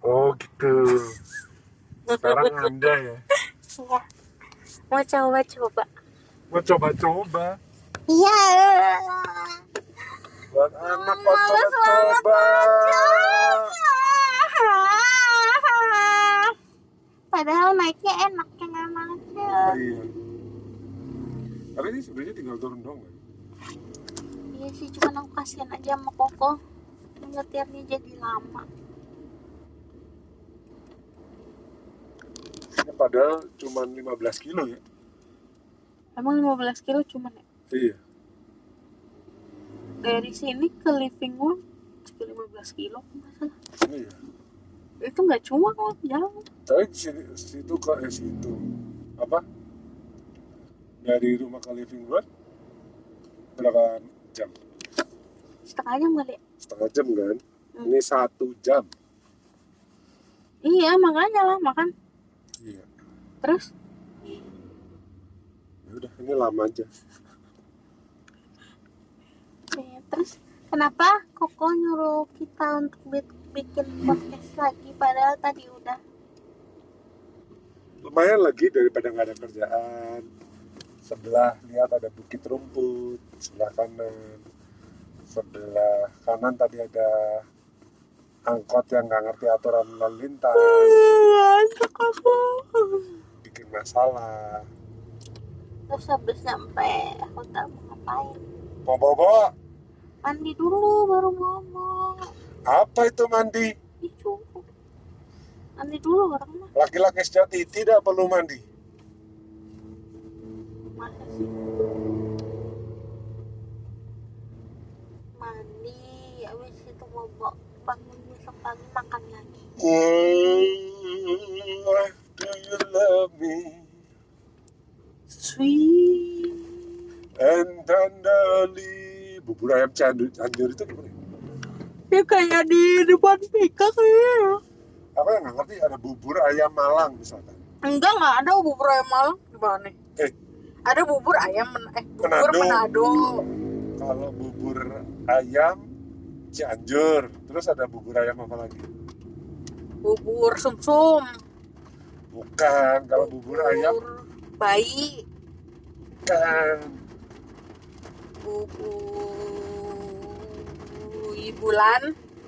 Oh gitu. Sekarang Anda ya. Iya. Mau coba-coba. Mau coba-coba. Iya. Buat anak kok coba-coba. Padahal naiknya enak ya memang. Iya. Karena ini sebenarnya tinggal turun dong. Iya sih, cuma aku kasihan aja sama Koko. Nyetirnya jadi lama. Ya, padahal cuma 15 kilo ya. Emang 15 kilo cuman ya? Iya. Dari sini ke Living Room 15 kilo masalah. Iya. Itu nggak cuma kok, jauh. Tapi situ ke situ apa? Dari rumah ke Living Road berapa jam? Setengah jam kali ya? Setengah jam kan? Ini 1 jam. Iya, makanya lah makan. Iya. Terus? Ya udah, ini lama aja. Ya, terus kenapa Koko nyuruh kita untuk bikin podcast lagi padahal tadi udah? Lumayan lagi daripada nggak ada kerjaan. Sebelah lihat ada bukit rumput, sebelah kanan. Sebelah kanan tadi ada angkot yang nggak ngerti aturan lalu lintas. Bikin masalah. Terus habis sampai hotel mau ngapain? Mau bobo? Mandi dulu baru ngomong. Apa itu mandi? Ih, cukup. Mandi dulu orang mah. Laki-laki sejati tidak perlu mandi. Masa sih? Mandi, habis itu bobo. Bangun besok pagi makan lagi. Do you love me? Sweet. And tenderly. Bubur ayam Cianjur itu gimana? Ya kayak di depan Pika kayaknya. Aku yang nggak ngerti ada bubur ayam Malang misalkan. Enggak ada bubur ayam Malang di mana? Ada bubur ayam bubur Manado. Kalau bubur ayam Cianjur, terus ada bubur ayam apa lagi? Bubur sumsum. Bukan, kalau bubur ayam bayi. kan Bulan.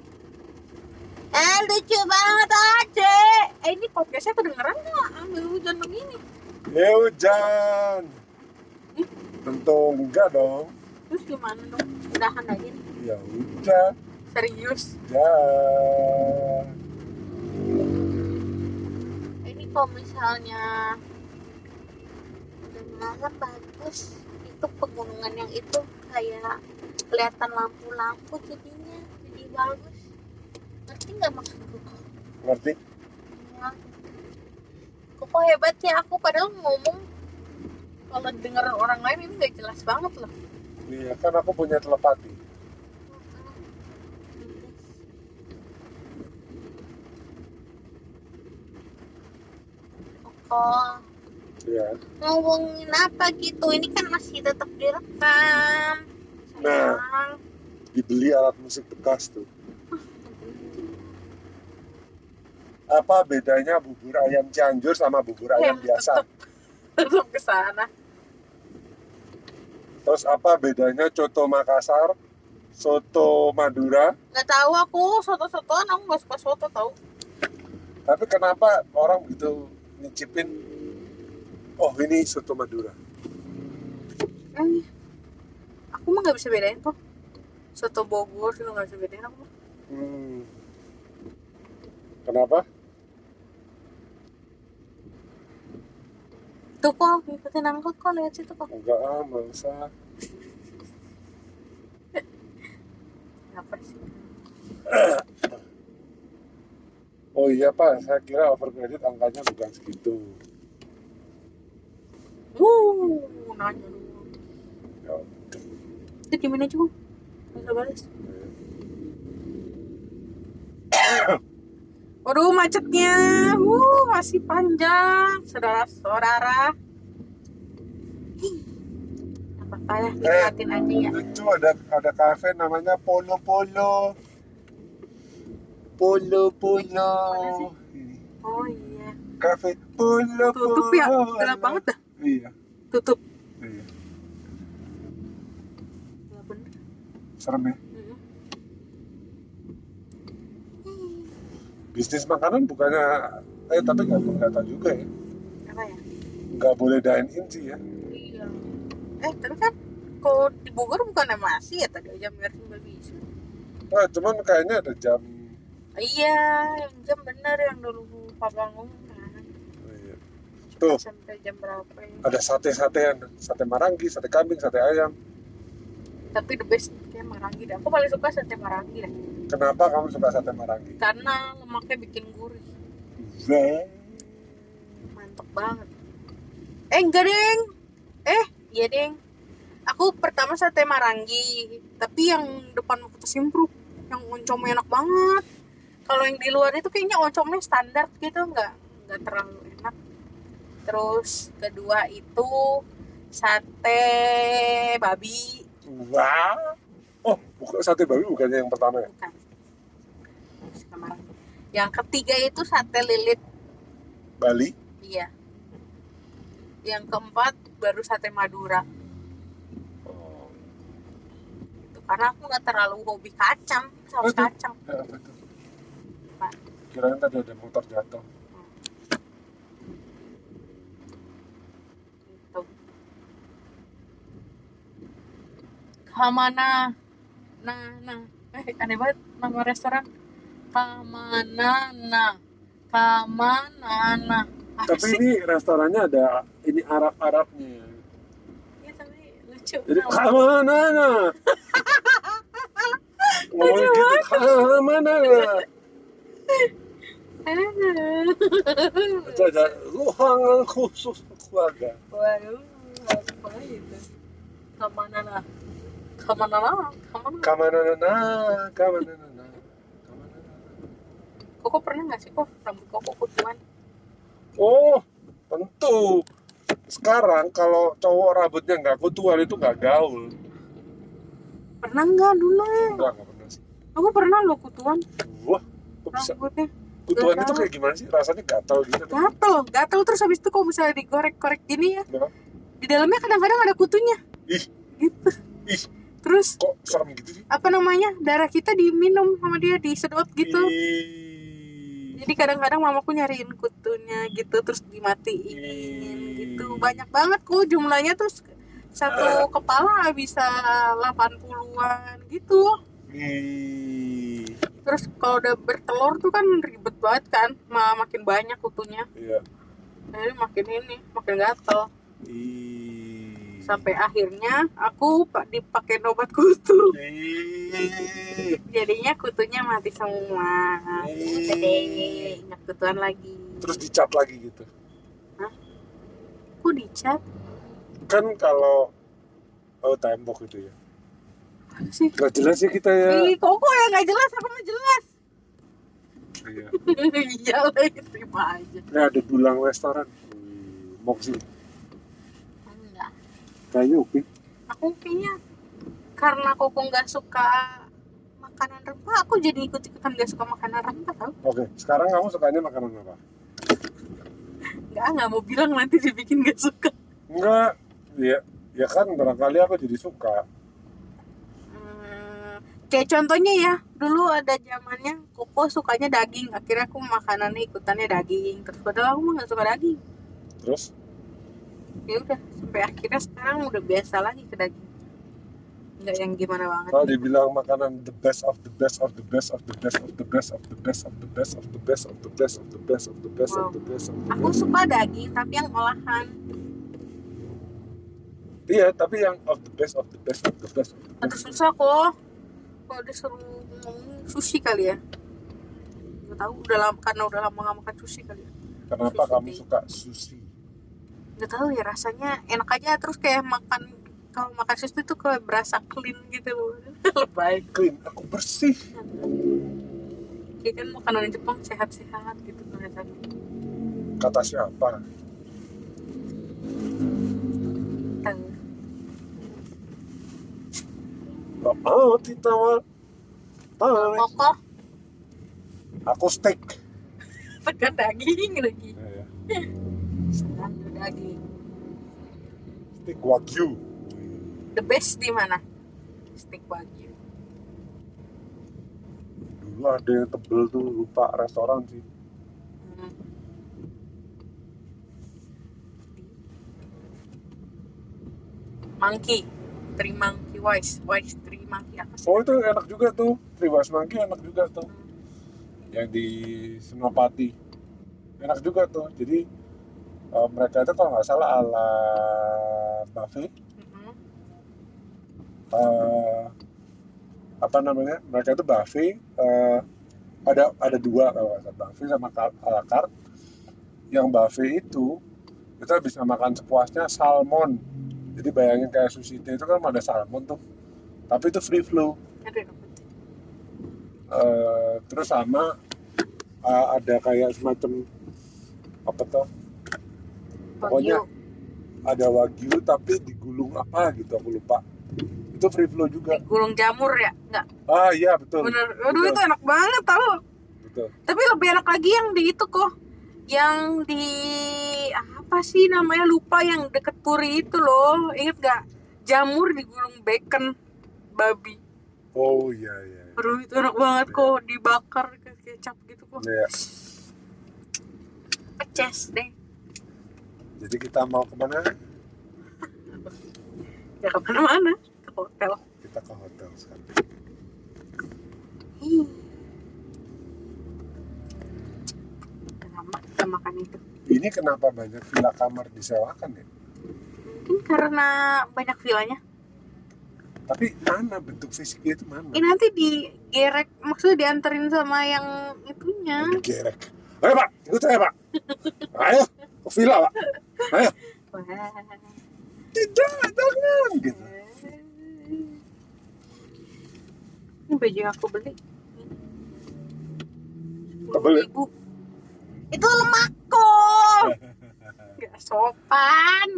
Lucu banget aja. Ini podcastnya kedengeran nggak? Ambil hujan begini. Ya hujan. Tentu enggak dong. Terus gimana dong? Udahan aja nih. Ya udah. Serius. Ya. Ini kalau misalnya udah malam bagus. Itu pegunungan yang itu kayak kelihatan lampu-lampu jadinya jadi bagus. Ngerti nggak maksudku? Ngerti? Ya. Kok hebat ya aku padahal ngomong kalau denger orang lain ini nggak jelas banget loh. Iya kan aku punya telepati. Oh. Ya. Ngomongin apa gitu? Ini kan masih tetap direkam. Nah, dibeli alat musik bekas tuh. Apa bedanya bubur ayam Cianjur sama bubur ayam biasa? Tetap ke sana. Terus apa bedanya coto Makassar, soto Madura? Nggak tahu aku soto-sotoan, aku nggak suka soto tahu. Tapi kenapa orang gitu nyicipin? Oh ini soto Madura. Aku mah nggak bisa bedain kok. Soto Bogor juga nggak bisa bedain aku. Kenapa? Tuh kok ngikutin angkot kok, lihat situ kok. Enggak masa. Apa sih? Oh iya Pak, saya kira overcredit angkanya bukan segitu. Nanya dulu. Ya. Itu gimana cuma? Bisa balas. Waduh macetnya, masih panjang, saudara-saudara. Apa ya, nikmatin aja ya. Lucu ada kafe namanya Polo. Polo. Mana sih? Ini. Oh iya. Cafe Polo. Tutup ya? Gelap banget dah. Iya. Tutup. Iya. Nggak bener. Serem ya. Mm-mm. Bisnis makanan bukannya tapi nggak tahu juga ya. Apa ya? Nggak boleh dine in sih ya. Iya. Tapi kan kalau di Bogor bukannya masih ya tadi jam merah nggak bisa. Cuman kayaknya ada jam. Iya, yang jam bener yang dulu Papa ngomong kan. Iya. Tuh Sampai jam berapa ya? ada sate-satean, sate marangi, sate kambing, sate ayam. Tapi the best kayak marangi deh. Aku paling suka sate marangi deh. Kenapa kamu suka sate marangi? Karena lemaknya bikin gurih. Mantep banget. Enggak deng. Iya deng. Aku pertama sate marangi, tapi yang depan Kota Simpruk, yang oncomnya enak banget. Kalau yang di luar itu kayaknya oncomnya standar gitu, nggak terlalu enak. Terus kedua itu sate babi. Wah. Oh, bukan sate babi bukannya yang pertama ya? Bukan. Sate marangi. Yang ketiga itu sate lilit. Bali. Iya. Yang keempat baru sate Madura. Oh. Itu karena aku nggak terlalu hobi kacang, saus Betul. kacang. Ya, betul. Pak. Kirain tadi ada motor jatuh. Gitu. Kamana. Nah. Aneh banget nama restoran. Kamanana. Tapi ini restorannya ada ini Arab-Arabnya. Iya tapi lucu. Jadi kamana? Ngomong gitu kamana? Ada ruangan khusus keluarga. Waduh, apa itu? Kamanana. Koko pernah nggak sih kok rambut koko kutuan? Oh, tentu. Sekarang kalau cowok rambutnya nggak kutuan itu nggak gaul. Pernah nggak dulu? Nggak pernah sih. Aku pernah lo kutuan Wah, kok bisa? rambutnya. Kutuan Nggak itu tahu. kayak gimana sih? Rasanya gatal gitu. Gatel terus habis itu kalau misalnya digorek-korek gini ya, Kenapa? di dalamnya kadang-kadang ada kutunya. Ih, Gitu. ih, Terus kok serem gitu sih? apa namanya? Darah kita diminum sama dia, disedot gitu. Ih. Jadi kadang-kadang mamaku nyariin kutunya gitu terus dimatiin gitu. Banyak banget kok jumlahnya tuh satu kepala bisa 80-an gitu. Ih. Terus kalau udah bertelur tuh kan ribet banget kan, makin banyak kutunya. Iya. Jadi makin gatel. Ih. Sampai akhirnya aku dipakai obat kutu. Ih. Jadinya kutunya mati semua. Udah deh, nggak kutuan lagi. Terus dicat lagi gitu. Aku dicat Kan kalau tembok itu ya. apa sih? Gak jelas ya kita ya. Ih, kok ya nggak jelas, aku mah jelas. Iya. Iya lah, terima aja. Ini ada dulang restoran. Mau kesini. Enggak. Kayaknya oke. Aku kayaknya karena Koko nggak suka makanan rempah, aku jadi ikut-ikutan nggak suka makanan rempah tau? Oke, sekarang kamu sukanya makanan apa? Nggak mau bilang nanti dibikin nggak suka. Enggak. Ya kan barangkali aku jadi suka. Kayak contohnya ya, dulu ada zamannya Koko sukanya daging, akhirnya aku makanannya ikutannya daging. Terus padahal aku mah nggak suka daging. Terus? Ya udah, sampai akhirnya sekarang udah biasa lagi ke daging. Nggak yang gimana banget. Kalau dibilang makanan the best of the best of the best of the best of the best of the best of the best of the best of the best of the best of the best of the best of the Aku best. suka daging tapi yang olahan. Iya, tapi yang of the best of the best of the best of the Agak best. susah kok. Kalau disuruh ngomong sushi kali ya. Gak tahu karena udah lama gak makan sushi kali ya. Kenapa Sushi. kamu suka sushi? Gak tahu ya, rasanya enak aja, terus kayak kalau makan sushi tuh kayak berasa clean gitu loh. Lebay. Clean, aku bersih. Kayak kan makanan Jepang sehat-sehat gitu kelihatannya. Kata siapa? Tahu. Oh, titawa. Koko Aku steak. Tekan daging lagi. Ya. Selalu daging. Steak wagyu. The best di mana? Steak wagyu. Dulu ada yang tebel tuh, lupa restoran sih. Monkey, Three Monkey Wise Three Monkey apa sih? Oh itu enak juga tuh, Triwas Monkey enak juga tuh. Yang di Senopati enak juga tuh. Jadi mereka itu kalau nggak salah ala buffet. Apa namanya? Mereka itu buffet. Ada dua kalau nggak salah, buffet sama a la carte. Yang buffet itu kita bisa makan sepuasnya salmon. Jadi bayangin kayak sushi itu kan ada salmon tuh, tapi itu free flow. Terus sama ada kayak semacam apa tuh? Pokoknya ada wagyu tapi digulung apa gitu aku lupa. Itu free flow juga. Gulung jamur ya? Enggak. Ah iya betul. Bener. Aduh itu enak banget tau. Betul. Tapi lebih enak lagi yang di itu kok. Yang di apa sih namanya, lupa, yang deket Puri itu loh. Ingat gak? Jamur digulung bacon babi. Oh iya. Aduh itu enak banget kok, dibakar ke kecap gitu kok. Iya. Peces deh. Jadi kita mau kemana? Ya kemana-mana, ke hotel. Kita ke hotel sekarang. Kenapa kita makan itu? Ini kenapa banyak villa kamar disewakan ya? Mungkin karena banyak villanya. Tapi mana bentuk fisiknya itu mana? Ini nanti digerek, maksudnya dianterin sama yang itunya. Digerek. Ayo Pak, ikut saya Pak. Ayo, ke villa Pak. Ayo. Wah. Tidak, jangan gitu. Ini baju yang aku beli. Tebel ya? 10.000. Itu lemakku. Gak sopan.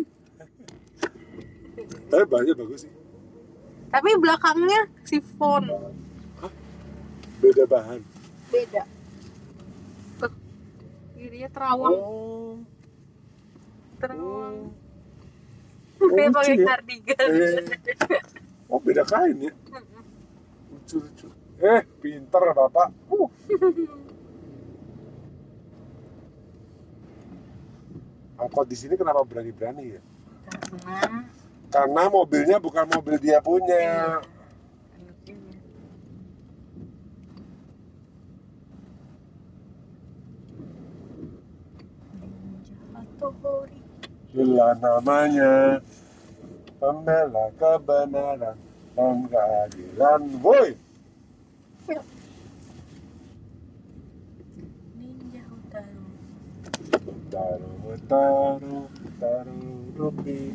Tapi bahannya bagus sih. Tapi belakangnya sifon. Hah? Beda bahan. Beda. Tuh. Dirinya terawang. Oh. Terawang. Oh, Kayak lucu pakai ya? kardigan. Oh beda kain ya? Lucu. Pinter Bapak. Angkot di sini kenapa berani-berani ya? Karena mobilnya bukan mobil dia punya. Itulah namanya pembela kebenaran dan keadilan. Woi. Ninja Utaro. Taruh rupi.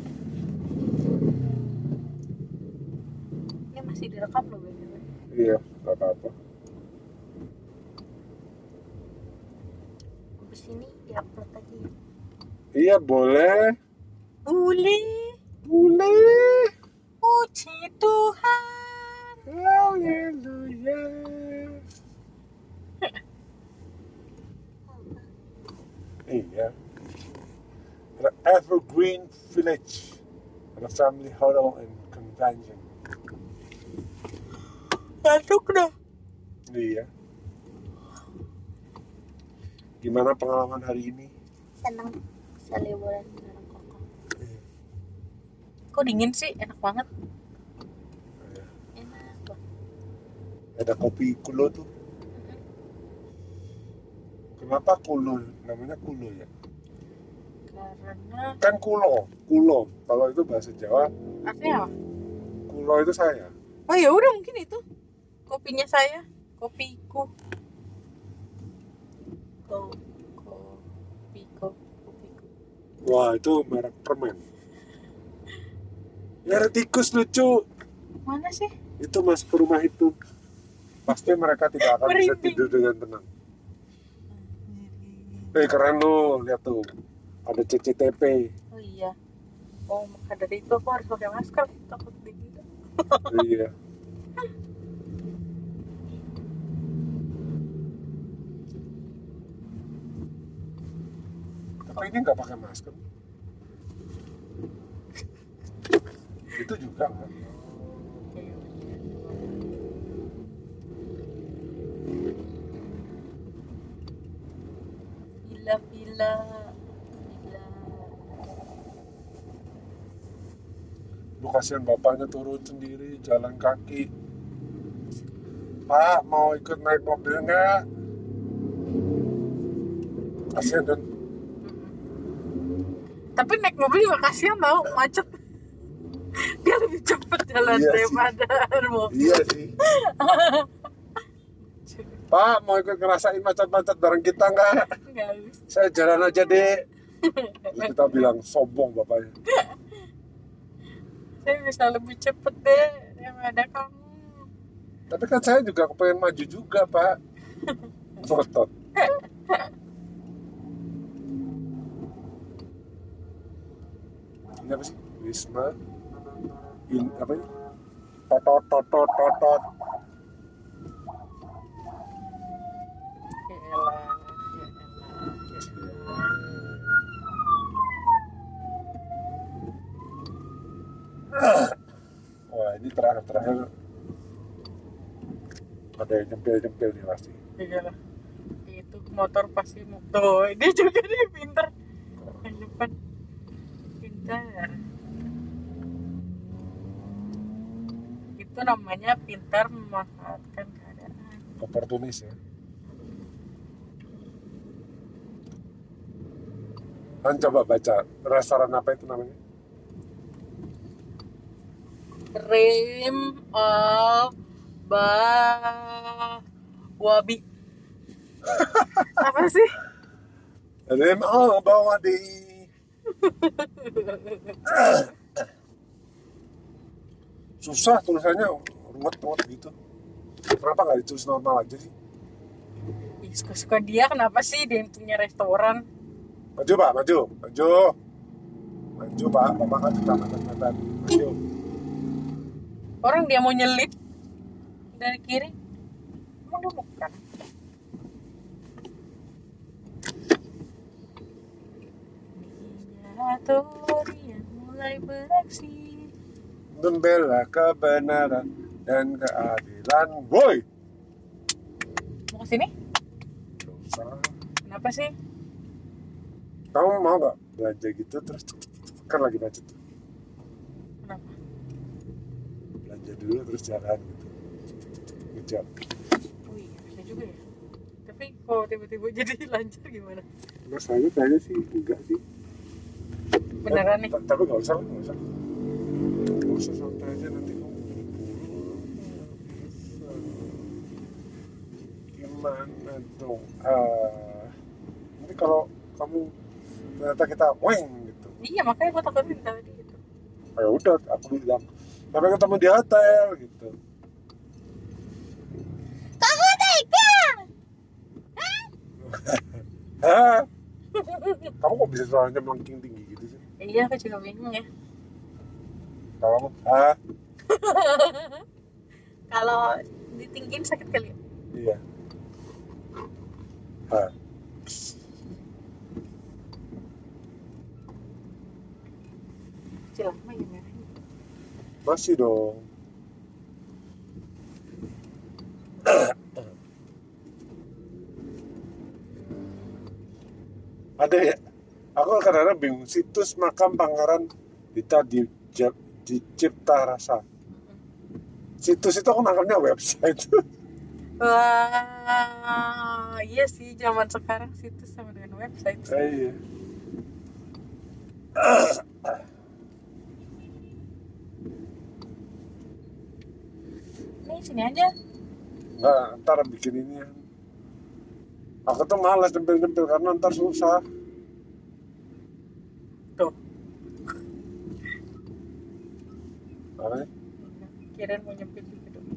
Ini masih direkam loh bener. Iya, nggak apa-apa. Habis ini diupload lagi. Iya boleh. Boleh. Puji Tuhan. Haleluya. Iya. The Evergreen Village, the family huddle and convention. Masuk dah. Iya. Gimana pengalaman hari ini? Senang bisa liburan bareng Koko. Kok dingin sih? Enak banget. Iya. Enak banget. Ada kopi kulo tuh. Kenapa kulo? Namanya kulo ya? Karena Kan kulo. Kalau itu bahasa Jawa, artinya apa? kulo itu saya. Oh ya udah, mungkin itu kopinya saya, kopiku. Kopiku. Wah, itu merek permen. Merek tikus lucu. Mana sih? Itu masuk ke rumah itu. Pasti mereka tidak akan bisa Merinding. tidur dengan tenang. Keren lu, lihat tuh. Ada CCTV. Oh iya. Oh, maka dari itu aku harus pakai masker, takut dingin. Iya. kok ini nggak pakai masker? Itu juga kan? Gila. Lu kasihan bapaknya turun sendiri jalan kaki. Pak mau ikut naik mobil nggak? Kasihan kan? Tapi naik mobil juga kasihan tau, macet. Dia lebih cepat jalan Iya daripada mobil. Iya sih. Pak mau ikut ngerasain macet-macet bareng kita nggak? Nggak bisa. Saya jalan aja deh. Terus kita bilang sombong bapaknya. Saya bisa lebih cepet deh daripada kamu. Tapi kan saya juga kepengen maju juga Pak. Ngotot. Ini apa sih? Wisma apa ini? Totot. Ya elah. Wah ini terakhir ada yang nyempil nih pasti. Iya lah. Itu motor pasti tuh, dia juga nih pinter. Yang depan pintar. Itu namanya pintar memanfaatkan keadaan. Oportunis ya. Kan coba baca restoran apa itu namanya? Rim Wabi. Apa sih? RMA bawa di. Susah tulisannya ruwet gitu. Kenapa nggak ditulis normal aja sih? Ih, suka-suka dia, kenapa sih dia yang punya restoran? Maju Pak, maju Pak, Bapak kan kecamatan maju. Orang dia mau nyelip dari kiri, emang dia bukan. Miniatur yang mulai beraksi Membela kebenaran dan keadilan, boy. mau kesini? Gak usah. Kenapa sih? Kamu mau nggak belanja gitu terus kan lagi macet tuh. Kenapa? Belanja dulu terus jalan gitu. Ngejam. Oh iya, bisa juga ya. Tapi kalau tiba-tiba jadi lancar gimana? Rasanya kayaknya sih enggak sih. Beneran nih? Tapi nggak usah. Nggak usah santai aja nanti kamu buru-buru. Bisa. Gimana dong? Nanti kalau kamu ternyata kita weng gitu. Iya, makanya gue takutin tadi gitu. Ya udah, aku bilang sampai ketemu di hotel gitu. Kamu tega? Hah? Kamu kok bisa suaranya melengking tinggi gitu sih? Iya, aku juga bingung ya. Kalau kamu, hah? Kalau ditinggiin sakit kali ya? Iya. Hah? Kecil lama ya merahnya. Masih dong. Ada ya? Aku kadang-kadang bingung situs makam Pangeran Dita di Cipta Rasa. Situs itu aku nangkapnya website. Wah, iya sih zaman sekarang situs sama dengan website. Iya. Nih sini aja. Nggak, ntar bikin ini ya. Aku tuh malas nyempil-nyempil karena ntar susah. Tuh, Makanya kirain mau nyempil juga dong.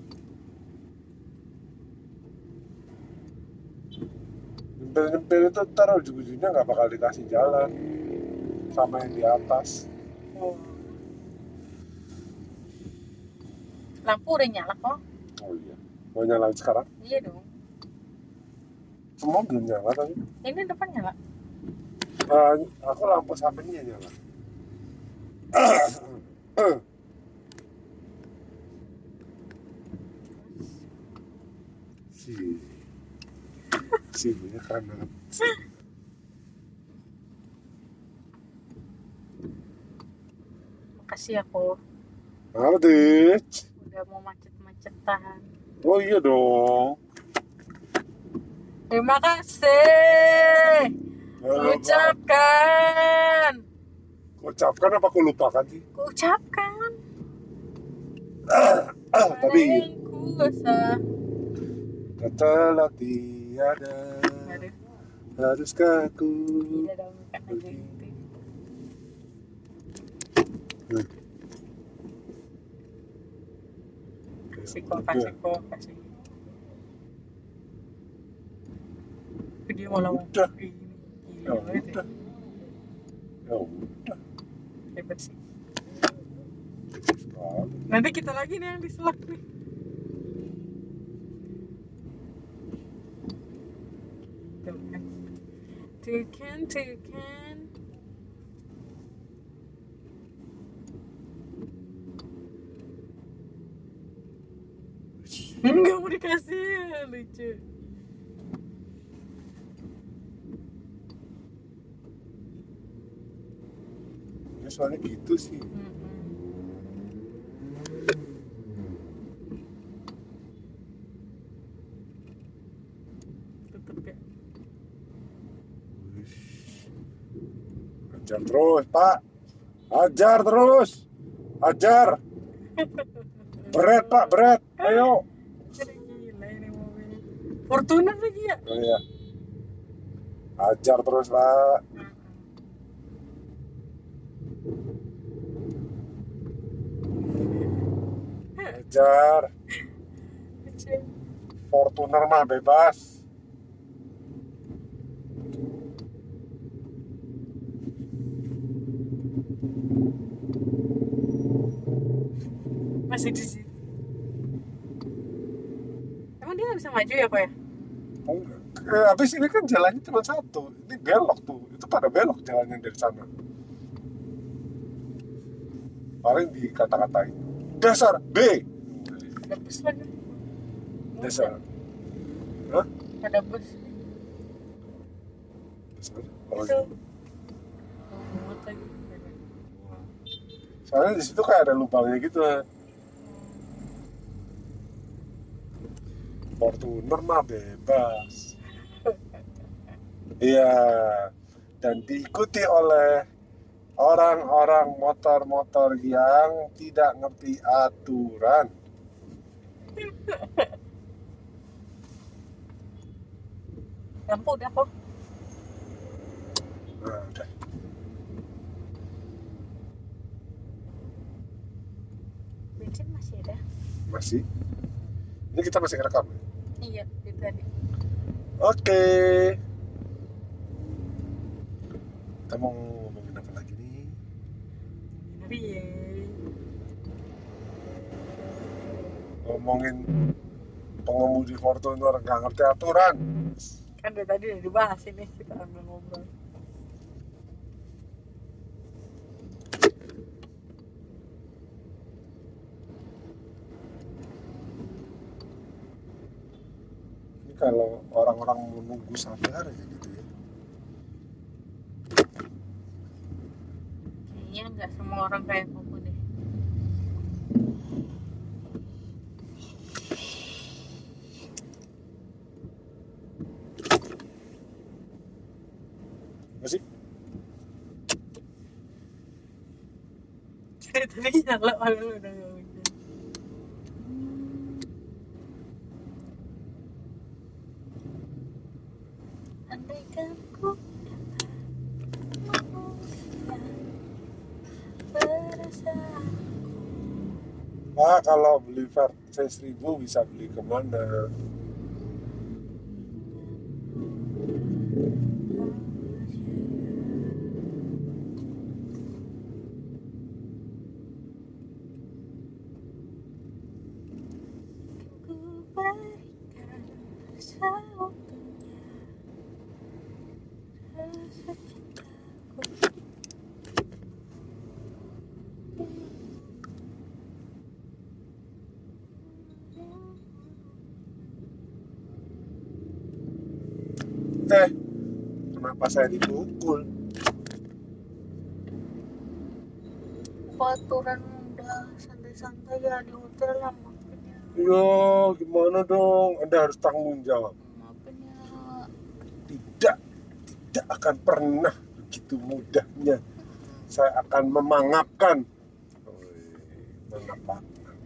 nyempil-nyempil itu ntar ujung-ujungnya nggak bakal dikasih jalan sama yang di atas. Oh. Lampu udah nyala kok. Oh iya. Mau nyalain sekarang? Iya dong. Semua belum nyala tapi. Ini depan nyala. Aku lampu sampingnya nyala. Si punya keren banget. Makasih ya kok. Apa tuh? Udah mau macet-macetan. Oh iya dong. Terima kasih. Ucapkan apa aku lupakan sih? Kuucapkan. Tapi yang kuasa. telah tiada. Aduh. Haruskah aku Tidak dong, kan aja gitu. Kasih kok. Dia malah Udah. ini. Ya Gila banget ya. udah. Ya udah. Hebat sih. Sekali. Nanti kita lagi nih yang diselak nih. Tuh kan. Enggak mau dikasih, lucu. Ya soalnya gitu sih. Tutup ya. Ajar terus, Pak. Ajar terus. Ajar. Berat, Pak, berat. Ayo. Gila ini mobilnya. Fortuner lagi ya? Oh iya. Ajar terus, Pak. Ajar. Fortuner mah bebas. Masih di sini. Emang dia nggak bisa maju ya kok ya? Oh, enggak. Habis ini kan jalannya cuma satu. Ini belok tuh. Itu pada belok jalannya dari sana. Paling dikata-katain. Dasar B. Ada bus lagi. Dasar. Hah? Ada bus. Dasar. Oh, Itu. iya. Muat lagi. Soalnya di situ kayak ada lubangnya gitu. Fortuner mah bebas. Iya. Dan diikuti oleh orang-orang motor-motor yang tidak ngerti aturan. Lampu udah kok. Nah, udah. Bensin masih ada. Masih? Ini kita masih ngerekam. Iya, itu tadi. Oke. Kita mau ngomongin apa lagi nih? Iya. Ngomongin pengemudi Fortuner nggak ngerti aturan. Kan dari tadi udah dibahas ini, kita ambil ngobrol. Ini kalau orang-orang menunggu sadar ya gitu ya. Kayaknya nggak semua orang kayak Koko deh. Masih? Dari tadi nyala malu udah nggak hujan. Andaikan ku Nah, kalau beli V1000 bisa beli kemana? ku berikan seutuhnya rasa cinta. Kenapa saya dipukul? Aturan udah santai-santai ya di hotel lah, maafin ya. Yo, gimana dong? Anda harus tanggung jawab. Maafin ya. Tidak akan pernah begitu mudahnya saya akan memangapkan. Mengapa?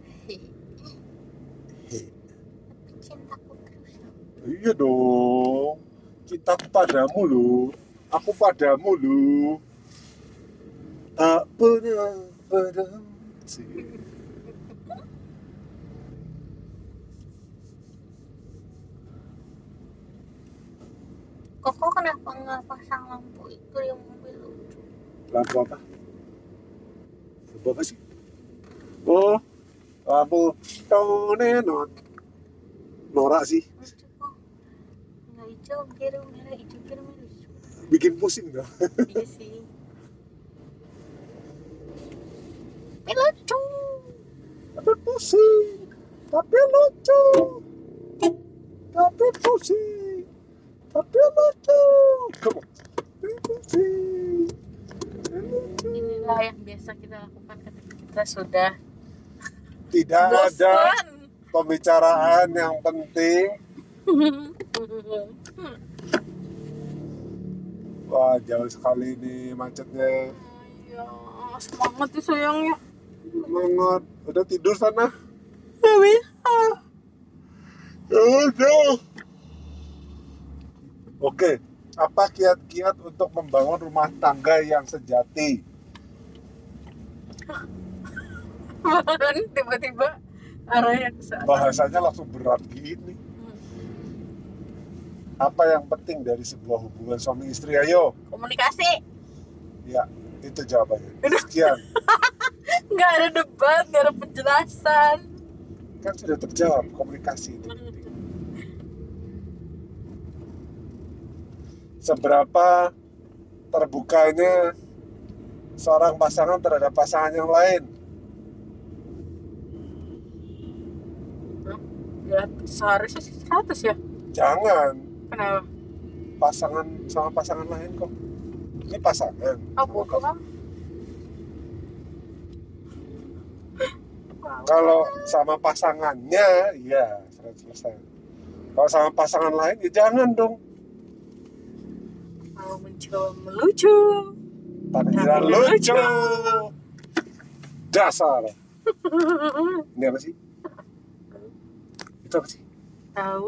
Tapi cintaku terus ya. Iya dong, cintaku padamu loh, aku padamu loh, tak pernah berhenti. Koko kenapa nggak pasang lampu itu yang mobil lucu? Lampu apa? Lampu apa sih? Oh, lampu tonenot. Norak sih, Lucu kok. Nggak hijau, biru, merah, hijau, biru, merah. Lucu. bikin pusing dah. Iya sih. Tapi lucu. Tapi pusing, tapi lucu, tapi pusing, tapi lucu. Come on. Tapi pusing, tapi lucu. Inilah yang biasa kita lakukan ketika kita sudah Tidak ada bosan. pembicaraan yang penting. Wah, jauh sekali ini macetnya. Ya, semangat ya sayangnya. Semangat. Udah tidur sana? Gak bisa. Ya udah. Oke, apa kiat-kiat untuk membangun rumah tangga yang sejati? Tiba-tiba arahnya ke sana. Bahasanya langsung berat gini. Apa yang penting dari sebuah hubungan suami istri? Ayo. Komunikasi. Ya, itu jawabannya. Sekian. Nggak ada debat, nggak ada penjelasan. Kan sudah terjawab, komunikasi itu. Seberapa terbukanya seorang pasangan terhadap pasangan yang lain? Ya seharusnya sih 100 ya. Jangan Kenapa? pasangan sama pasangan lain kok. Ini pasangan. Oh bukan. Kalau sama pasangannya, ya 100%. Kalau sama pasangan lain, ya jangan dong. Mau mencoba melucu. Takdiran lucu. Dasar. Ini apa sih? Itu apa sih? Tahu.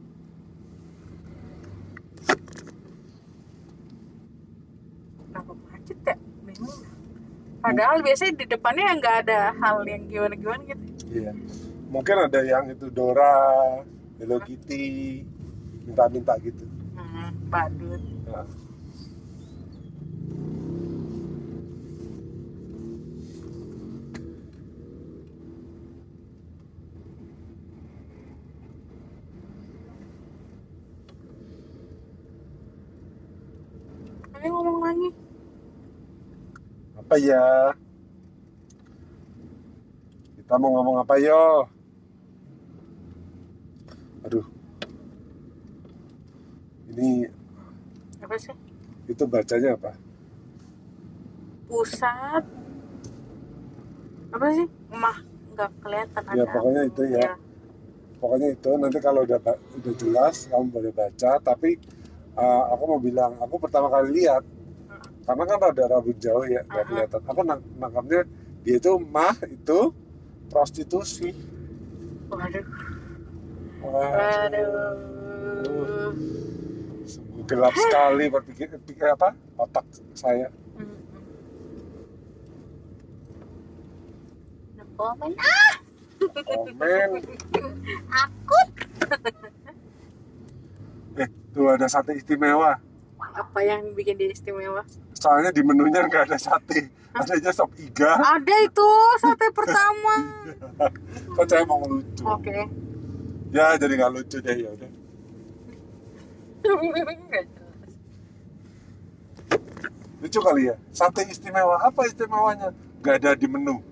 Kenapa macet ya? Bingung. Padahal biasanya di depannya nggak ada hal yang gimana-gimana gitu. Iya. Mungkin ada yang itu Dora, Hello Kitty, minta-minta gitu. Badut. Nah. Ayo ngomong lagi. Apa ya? Kita mau ngomong apa yo? Aduh. Ini Apa sih? itu bacanya apa? Pusat. Apa sih? Mah nggak kelihatan Ya ada. pokoknya itu ya. Pokoknya itu nanti kalau udah jelas kamu boleh baca. Tapi aku mau bilang, aku pertama kali lihat karena kan rada rambut jauh ya, nggak kelihatan. Aku nangkapnya dia itu itu prostitusi. Waduh. Waduh. Sungguh gelap sekali berpikir apa otak saya. Komen Komen. akut. Tuh ada sate istimewa. Apa yang bikin dia istimewa? Soalnya di menunya nggak ada sate, adanya sop iga. Ada itu sate pertama. Kok saya mau lucu? Oke. Ya jadi nggak lucu deh, ya udah. Nggak jelas. Lucu kali ya. Sate istimewa, apa istimewanya? Nggak ada di menu.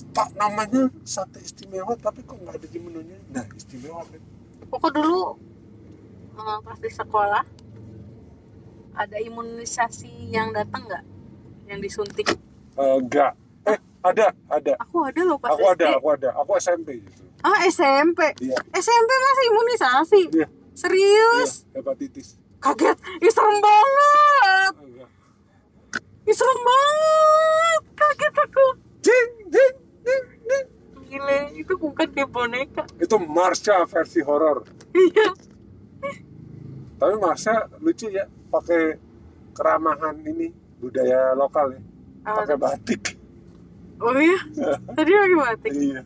Pak, namanya sate istimewa tapi kok nggak ada di menunya. Nah, istimewa kan. Pokok dulu pas di sekolah ada imunisasi yang datang nggak? Yang disuntik? Enggak. Ada. Aku ada loh pas Aku SD. ada. Aku SMP gitu. Ah, SMP. Iya. SMP masih imunisasi. Iya. Serius? Iya, hepatitis. Kaget. Ih, serem banget. Enggak. Ih, serem banget. Kaget aku. Jing. Gile, itu bukan kayak boneka. Itu Marsha versi horor. Iya. Tapi Marsha lucu ya, pakai keramahan ini budaya lokal ya. Pakai batik. Oh iya? Tadi lagi batik. Iya.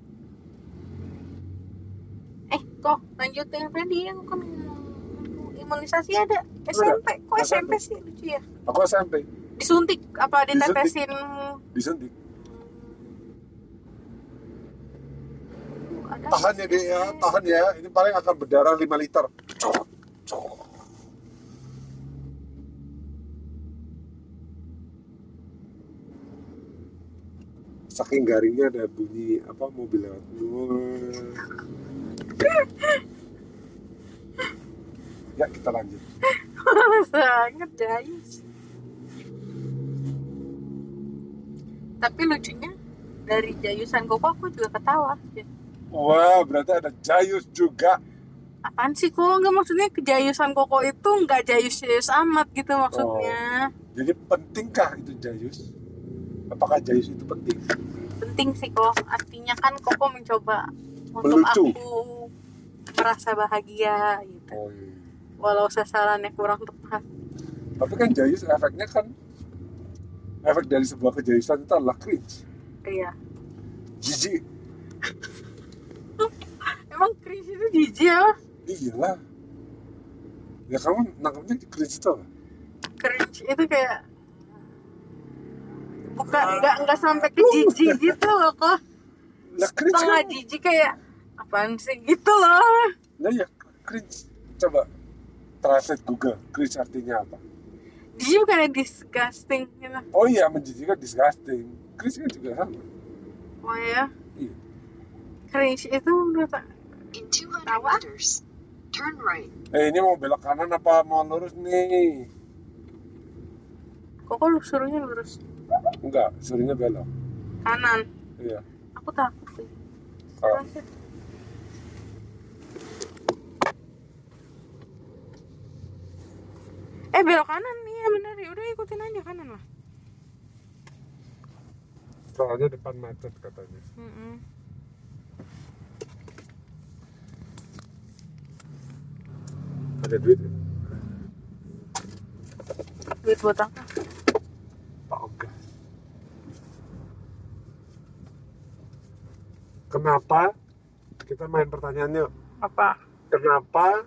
Kok lanjutin tadi yang kan imunisasi ada SMP. Kok SMP sih lucu ya? Aku SMP. Disuntik apa ditetesin? Disuntik. Ada Tahan ya dia ya, tahan ya. Ini paling akan berdarah 5 liter. Saking garingnya ada bunyi apa mobil lewat. Ya, kita lanjut. sangat jayus. Tapi lucunya dari jayusan Koko aku juga ketawa. Wah, berarti ada Jayus juga. Apaan sih kok? Enggak, maksudnya kejayusan Koko itu enggak jayus-jayus amat gitu maksudnya. Jadi pentingkah itu Jayus? Apakah Jayus itu penting? Penting sih kok. Artinya kan Koko mencoba untuk Melucu. aku merasa bahagia gitu. Oh, iya. Walau sasarannya kurang tepat. Tapi kan Jayus efeknya kan efek dari sebuah kejayusan itu adalah cringe. Iya. Jijik. Emang cringe itu jijik ya? Iyalah. Ya kamu nangkapnya cringe itu apa? Cringe itu kayak bukan enggak sampai ke jijik gitu loh kok. Lah cringe Setengah kan? jijik kayak apaan sih gitu loh. Nah ya cringe. Coba translate Google. Cringe artinya apa? Jijik bukannya disgusting gitu. Oh iya, menjijikkan disgusting. Cringe kan juga sama. Oh ya. Iya. Cringe itu menurut In 200 Apa? meters, turn right. Ini mau belok kanan apa mau lurus nih? Kok lu suruhnya lurus Enggak, suruhnya belok. kanan. Iya. Aku takut sih. Kalau Belok kanan nih ya bener ya. Udah ikutin aja kanan lah. soalnya depan macet katanya. Ada duit ya? Duit buat apa? Pak Oga. Kenapa? Kita main pertanyaan yuk. Apa? Kenapa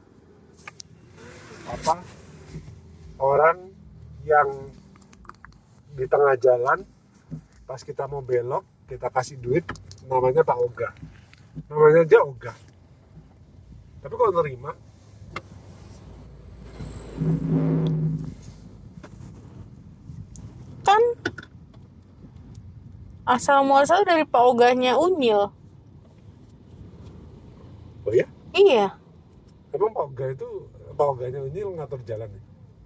orang yang di tengah jalan pas kita mau belok kita kasih duit namanya Pak Oga, namanya aja Oga, tapi kalau nerima Kan asal muasal dari Pak Oganya Unyil. oh ya, Iya. emang Pak Oga itu Pak Oganya ini ngatur jalan ya?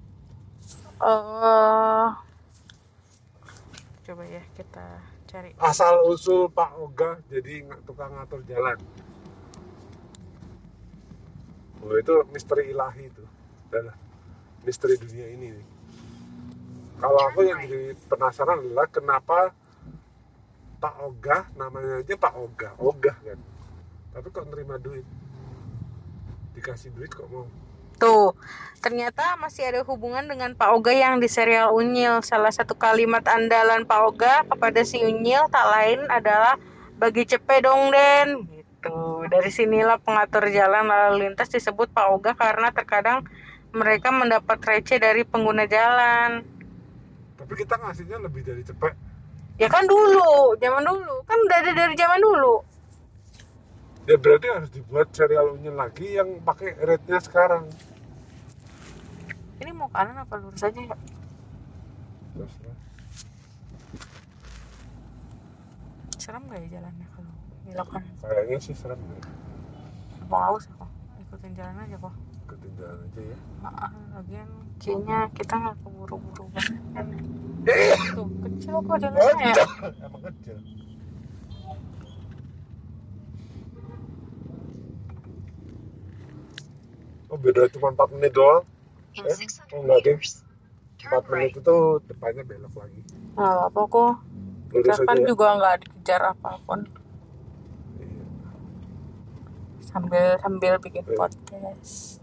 Coba ya kita cari. Asal usul Pak Oga jadi tukang ngatur jalan. Oh itu misteri ilahi itu, dan misteri dunia ini nih. Kalau aku yang jadi penasaran adalah kenapa Pak Oga namanya aja Pak Oga, Ogah kan. Tapi kok nerima duit, dikasih duit kok mau. Tuh, ternyata masih ada hubungan dengan Pak Oga yang di serial Unyil. Salah satu kalimat andalan Pak Oga kepada si Unyil tak lain adalah bagi cepe dong Den. Gitu. Dari sinilah pengatur jalan lalu lintas disebut Pak Oga karena terkadang mereka mendapat receh dari pengguna jalan. Tapi kita ngasihnya lebih dari cepet. Ya kan dulu, zaman dulu. Kan udah ada dari zaman dulu. Ya berarti harus dibuat serial Unyil lagi yang pakai rate-nya sekarang. Ini mau kanan apa lurus aja ya? Terus, serem gak ya jalannya kalau belok kanan? Kayaknya sih serem ya. Apa nggak usah kok, ikutin jalan aja kok. Ikutin jalan aja ya. Lagian kayaknya kita nggak keburu-buru banget kan. Tuh kecil kok jalannya ya. Emang kecil. Oh beda cuma 4 menit doang. In 600 enggak deh. meters, 4 turn right. menit itu depannya belok lagi. Nah, apa kok? Lurus Kita kan aja ya. juga nggak dikejar apapun. Iya. Sambil bikin Iya. podcast.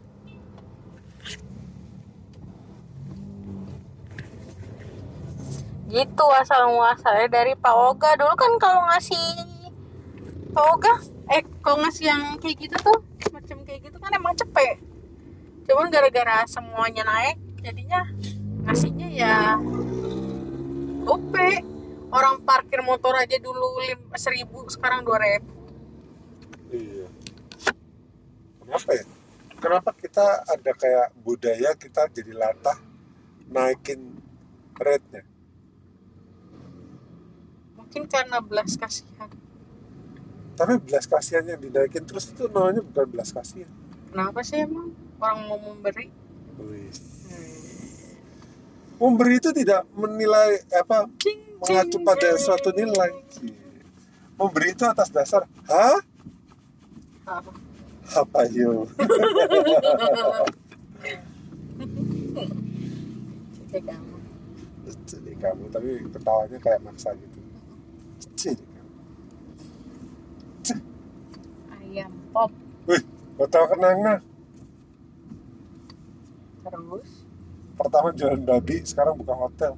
Gitu asal muasalnya dari Pak Oga. Dulu kan kalau ngasih Pak Oga, kalau ngasih yang kayak gitu tuh, macam kayak gitu kan emang cepet. Cuman gara-gara semuanya naik, jadinya ngasihnya ya gope. Orang parkir motor aja dulu 1.000, sekarang 2.000. Iya. Kenapa ya? Kenapa kita ada kayak budaya kita jadi latah naikin rate-nya? Mungkin karena belas kasihan. Tapi belas kasihan yang dinaikin terus itu namanya bukan belas kasihan. Kenapa sih emang orang mau memberi? Memberi itu tidak menilai mengacu pada suatu nilai. Memberi itu atas dasar apa yuk? Jadi kamu tapi ketawanya kayak maksa gitu. Jadi kamu. Ayam pop. Wih, hotel kenanga. Terus Pertama jualan babi, sekarang buka hotel.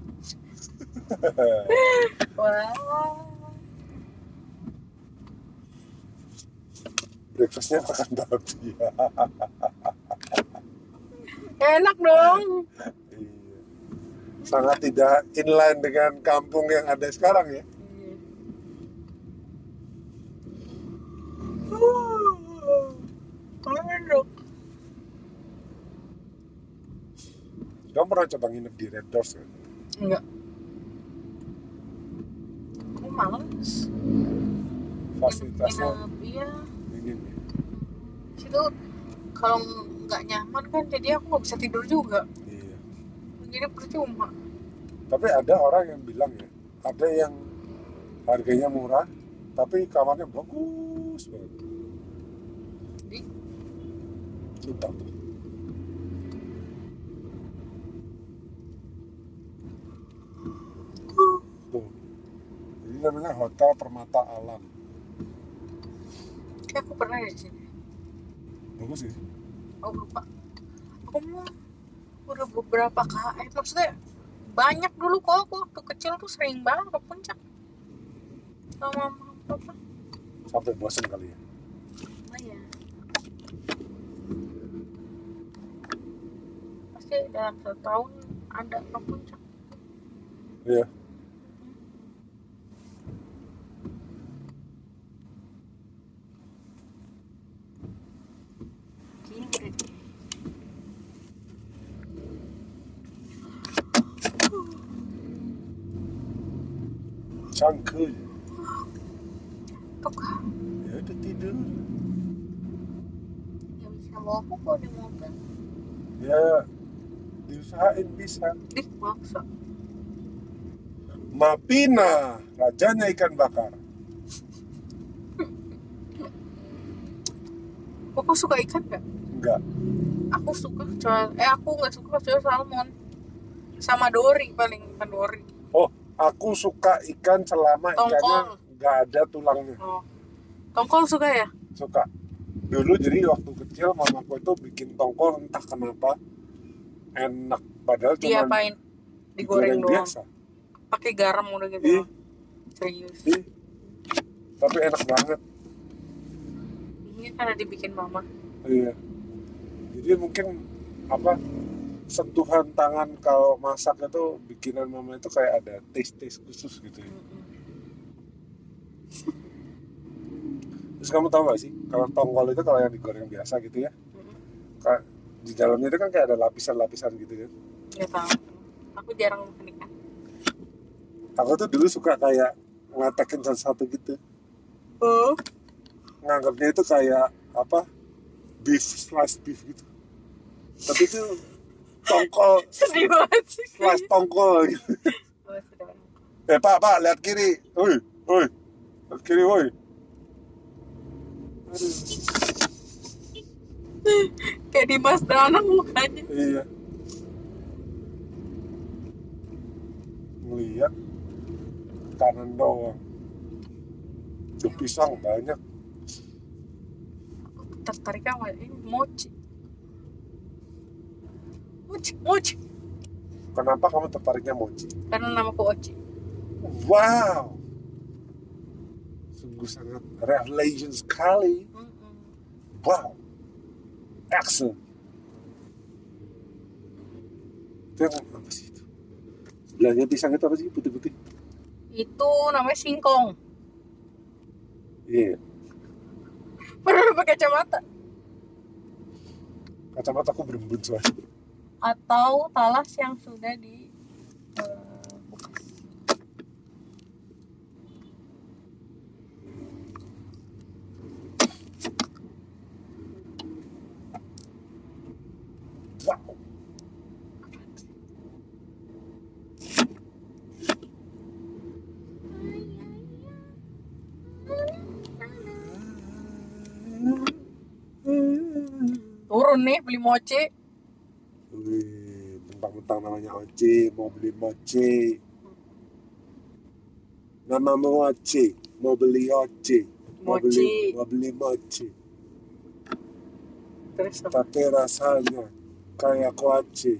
wow. Breakfastnya makan babi. Enak dong. Iya. Sangat tidak inline dengan kampung yang ada sekarang ya. Enak. Kamu pernah coba nginep di Red Doors kan? Enggak. Aku males. Fasilitasnya Iya. minim ya. Situ kalau nggak nyaman kan jadi aku nggak bisa tidur juga. Iya. Jadi percuma. Tapi ada orang yang bilang ya, ada yang harganya murah, tapi kamarnya bagus banget. Jadi Lupa. Tuh. Jadi namanya Hotel Permata Alam. kayak aku pernah di sini. Bagus sih. Oh lupa. Aku mah udah beberapa kali. Maksudnya banyak dulu kok. Aku waktu kecil tuh sering banget ke puncak sama mama papa. Sampai bosan kali ya. Oh iya. Pasti dalam 1 tahun ada ke puncak. Iya. Gini deh. Cangkul. Tuh kan. Ya udah tidur. Ya bisa bawa aku kalau di mobil. Ya diusahain bisa. Ih maksa. Mapina, rajanya ikan bakar. Kok suka ikan gak? Enggak. Aku suka aku nggak suka kecuali salmon sama dori, paling ikan dori. Oh, aku suka ikan selama ikannya Tongkol. nggak ada tulangnya. Oh. Tongkol suka ya? Suka. Dulu jadi waktu kecil mamaku itu bikin tongkol entah kenapa enak. Padahal cuma Diapain? Digoreng doang. biasa. Pakai garam udah gitu. Ih. Serius. Ih, tapi enak banget. Ini karena dibikin mama. Iya. Jadi mungkin sentuhan tangan kalau masak itu bikinan mama itu kayak ada taste khusus gitu ya. Terus kamu tahu gak sih kalau tongkol itu kalau yang digoreng biasa gitu ya, di dalamnya itu kan kayak ada lapisan-lapisan gitu kan. Nggak tahu. Aku jarang makan ikan. Aku tuh dulu suka kayak ngatakin satu gitu. Oh, Nganggapnya itu kayak apa, slice beef gitu, tapi itu tongkol, sedih banget sih. slice tongkol gitu. Oh, sudah. Pak lihat kiri, woi lihat kiri woi. Kayak Dimas Danang mukanya. Iya, ngeliat kanan doang, itu pisang banyak. Aku tertarik sama ini mochi. Mochi. Kenapa kamu tertariknya mochi? Karena namaku Oci. Wow, sungguh sangat revelation sekali. Wow, excellent. Itu yang apa sih itu? Sebelahnya pisang itu apa sih, putih-putih? Itu namanya singkong. Iya, Padahal pakai kacamata. kacamata aku berembun soalnya. Atau talas yang sudah di bukas. Wow, Turun nih beli mochi. wih, mentang-mentang namanya Oci, mau beli mochi. Namamu Oci, mau beli Oci, Mochi. mau beli mochi. Terus apa? Tapi rasanya kayak kuaci.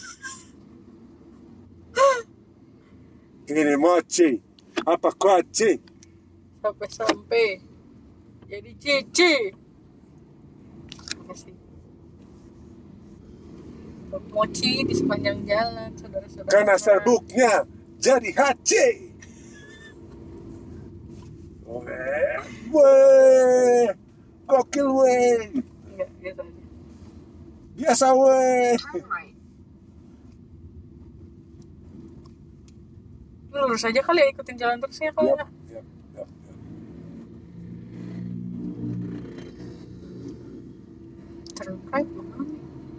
Ini mochi, apa kuaci? Sampai jadi cici. Makasih. Mochi di sepanjang jalan, saudara-saudara. Karena serbuknya jadi haci. Weh, gokil weh. Enggak, biasa aja. Biasa weh. Turn right. Lurus aja kali ya, ikutin jalan terus ya kalau Yap, nggak. yap, yap. Turn right mana nih?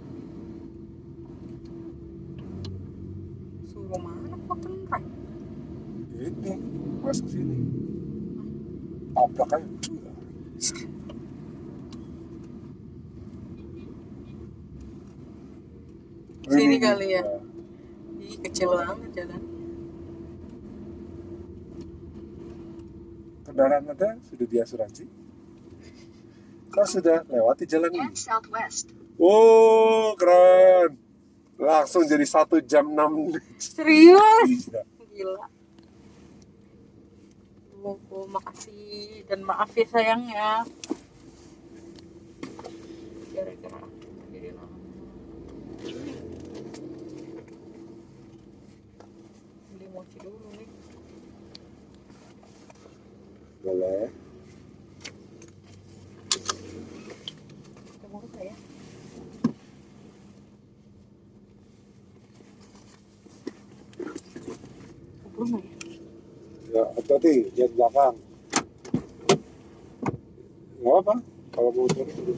Suruh mana kok turn right? Ini masuk sini. Tabrak aja. Sini kali ya. Ih, kecil banget jalan. Kendaraan Anda sudah diasuransi? Kau sudah lewati jalan ini? And southwest. Oh, keren. Langsung jadi 1 jam 6 menit. Serius? Iya. Gila. Oh, makasih dan maaf ya sayang ya. Gara-gara jadi lama. Beli mochi dulu nih. Boleh. Kita mau apa ya? Belum ya? Ya, hati-hati, lihat belakang. Nggak apa, kalau mau turun turun.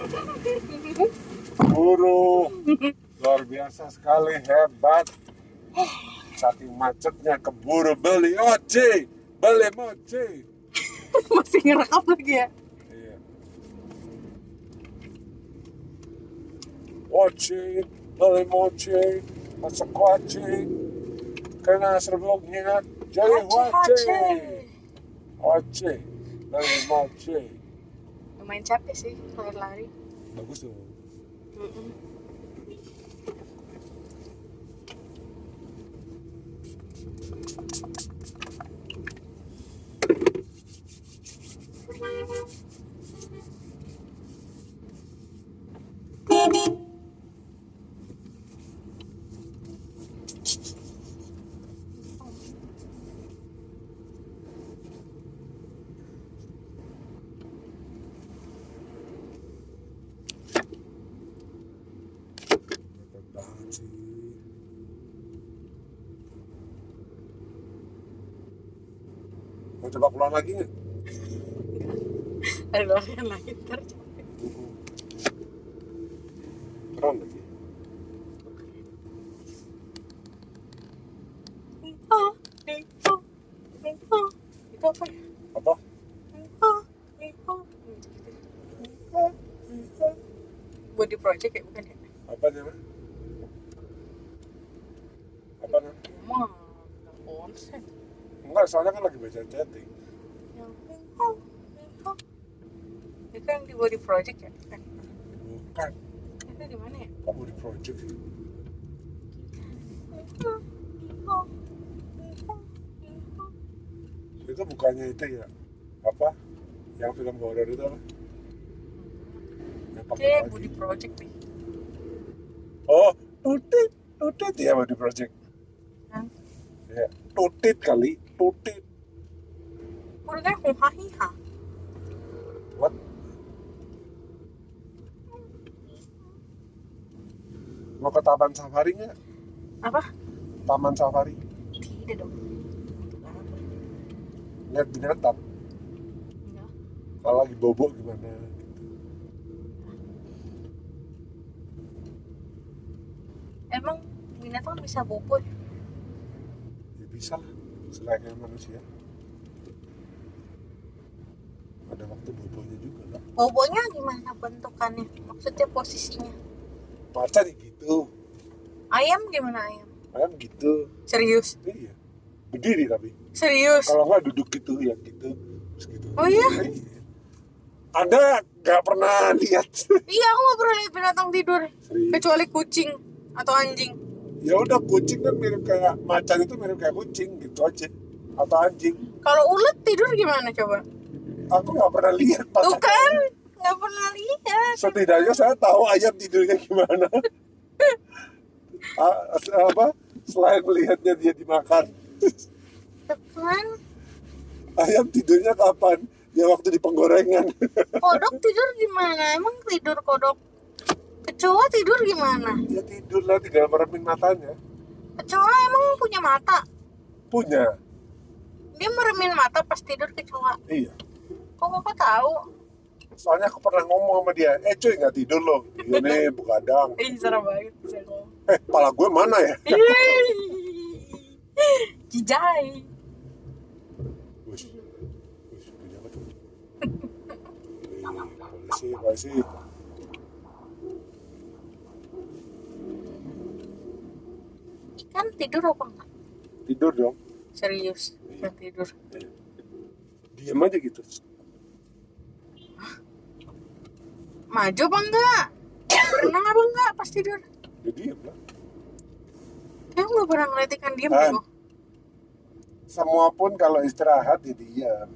Buru. Luar biasa sekali, hebat. Saking macetnya keburu beli mochi. Beli mochi. Masih ngerekam lagi ya. Iya. Mochi, beli mochi, masak kuaci. Kena serbuknya jadi mochi. Mochi, beli mochi. Lumayan capek sih kalau lari. Bagus tuh. Hebat banget sih. Mau coba keluar lagi nggak? Ada larian lagi ntar. Keren lagi. Itu apa ya? Apa? Body project ya bukan ya? Apa namanya? Apa namanya? Emang nggak konsen. Enggak, soalnya kan lagi baca chatting. Itu yang di body project ya? Bukan. Bukan. Itu di mana ya? Kok mau di project sih? Itu bukannya itu ya? Apa? Yang film horor itu apa? Yang pakai Oke, baju. body project nih. Oh, tutit. Tutit ya body project. Hah? Ya, tutit kali. Tutit. Udah kan huha-hiha. What? Mau ke taman safari nggak? Apa? Taman safari. Tidak dong. Untuk apa? Lihat binatang. Enggak. Kalau lagi bobo gimana? Emang binatang bisa bobo ya? Ya bisa lah. Selayaknya manusia. Ada waktu bobonya juga lah. Bobonya gimana bentukannya? Maksudnya posisinya? Macan gitu. Ayam gimana ayam? Ayam gitu. Serius? Iya. Berdiri tapi. Serius? Kalau nggak duduk gitu ya gitu. Terus gitu. Oh iya? Iya. Anda nggak pernah lihat? Iya, aku gak pernah lihat binatang tidur. Serius. Kecuali kucing atau anjing. Ya udah, kucing kan mirip kayak macan, itu mirip kayak kucing gitu aja. Atau anjing. Kalau ulet tidur gimana coba? Aku nggak pernah lihat Tuh macan. kan? Gak pernah lihat. Setidaknya saya tahu ayam tidurnya gimana. Apa? Selain melihatnya dia dimakan. Tuh kan? Ayam tidurnya kapan? Ya waktu di penggorengan. Kodok tidur gimana? Emang tidur kodok? Kecoa tidur gimana? Dia tidur lah, tinggal meremin matanya. Kecoa emang punya mata? Punya. Dia meremin mata pas tidur kecoa. Iya. Kok kakak tahu? Soalnya aku pernah ngomong sama dia, cuy nggak tidur loh. Iya nih, begadang. Ih, serem banget. Bisa ngomong. Pala gue mana ya? Kijai. Wih, punya apa tuh? Polisi. Ikan tidur apa enggak? Tidur dong. Serius, ikan tidur. Diam aja gitu. Maju apa enggak? Berenang apa enggak pas tidur? Ya diam lah. Kayak nggak pernah ngeliat ikan diem Kan. deh. Semua pun kalau istirahat ya diam.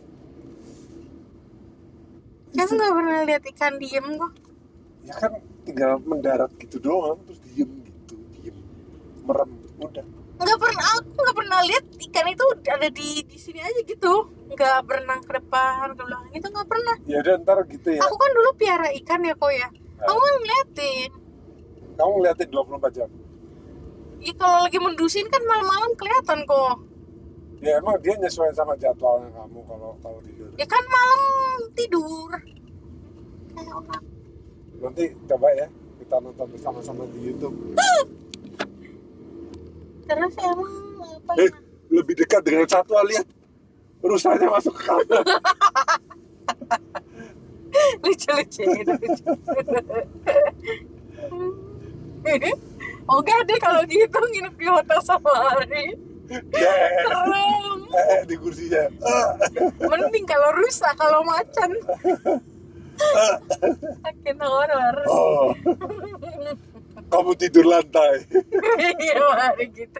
Kayak nggak pernah lihat ikan diem kok. Ya kan tinggal mendarat gitu doang, terus diem gitu, diem, merem, udah. Aku nggak pernah lihat ikan itu ada di sini aja gitu. Nggak berenang ke depan ke belakang itu nggak pernah. Ya udah ntar gitu ya. Aku kan dulu piara ikan ya kok ya. Aku kan ngeliatin. Kamu ngeliatin 24 jam. Ya kalau lagi mendusin kan malam-malam kelihatan kok. Ya emang dia nyesuaiin sama jadwalnya kamu kalau tidur. Ya kan malam tidur. Kayak orang. Nanti coba ya kita nonton bersama-sama di YouTube. Terus emang apa Eh, ya? lebih dekat dengan satwa, lihat rusanya masuk ke kamar. Lucu-lucu gitu. Oke deh kalau gitu nginep di hotel safari. Ya, Serem. di kursinya. Mending kalau rusa, kalau macan. Makin horor. Oh, kamu tidur lantai. Iya mari gitu.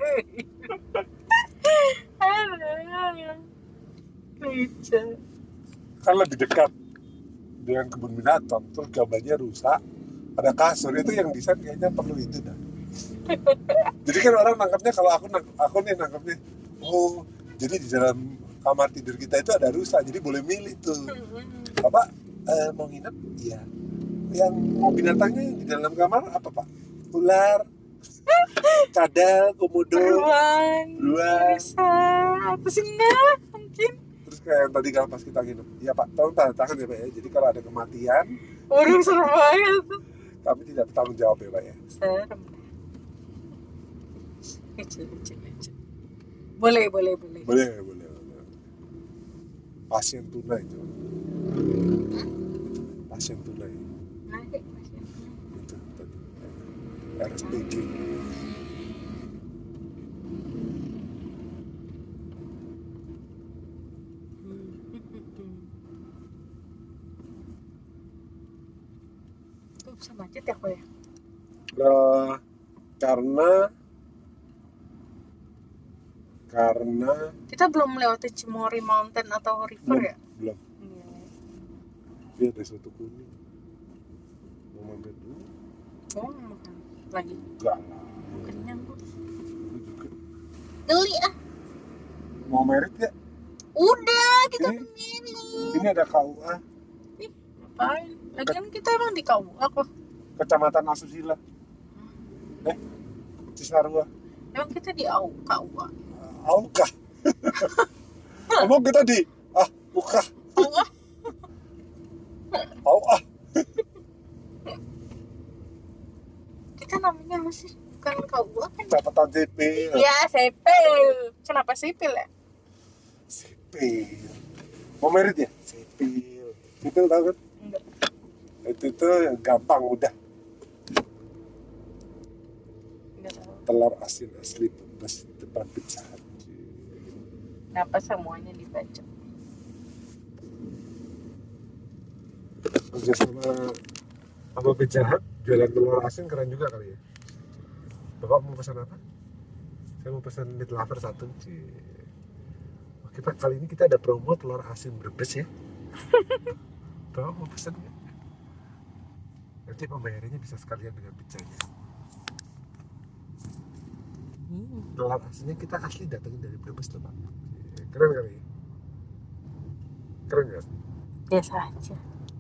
Aduh. Lucu. Kan lebih dekat dengan kebun binatang, terus gambarnya rusak, ada kasur, itu yang desain kayaknya perlu itu dah. Jadi kan orang nangkapnya, kalau aku nih nangkapnya, oh jadi di dalam kamar tidur kita itu ada rusa, jadi boleh milih tuh. Bapak mau nginep? Iya. Yang mau binatangnya yang di dalam kamar apa Pak? Ular, cadal, komodo, Beruang. Rusa. Apa sih enggak? Mungkin. terus kayak yang tadi kalau pas kita nginep, iya Pak, tolong tanda tangan ya Pak ya. Jadi kalau ada kematian, Waduh serem banget. kami tidak bertanggung jawab ya Pak ya. Serem. Lucu. Boleh. Boleh. Pasien tunai itu. Pasien tunai Nanti masih. itu tadi. RSPG. Tuh bisa macet ya kok ya? Karena Kita belum melewati Cimory Mountain atau river ya? belum Iya. dia ada Soto Kuning. Mau mampir dulu? Oh, makan lagi. Enggak lah, Kenyang kok. lu juga. Geli ah. Mau merit ya? Udah, kita Ini- sendiri. Ini ada KUA Ih, ngapain? Lagian kita emang di KUA kok. Kecamatan Asusila. Cisarua. Emang kita di KUA. Aukah? Emang kita di Ukah. KUA? Auah. Kita namanya apa sih? Bukan KUA kan? Catatan sipil. Iya, sipil. Kenapa sipil ya? Sipil. Mau merit ya? Sipil. Sipil tahu kan? Enggak. Itu gampang, mudah. Enggak tahu. Telur asin asli bebas depan Pizza Hut. Kenapa semuanya dibaca? Kerja sama Pizza Hut, jualan telur asin keren juga kali ya. Bapak mau pesan apa? Saya mau pesan meat lover 1. Oke Pak, kali ini kita ada promo telur asin Brebes ya. Bapak mau pesan nggak? Nanti pembayarannya bisa sekalian dengan pizzanya. Telur asinnya kita asli datangin dari Brebes loh Pak. Keren kali ya? Keren nggak? Biasa aja.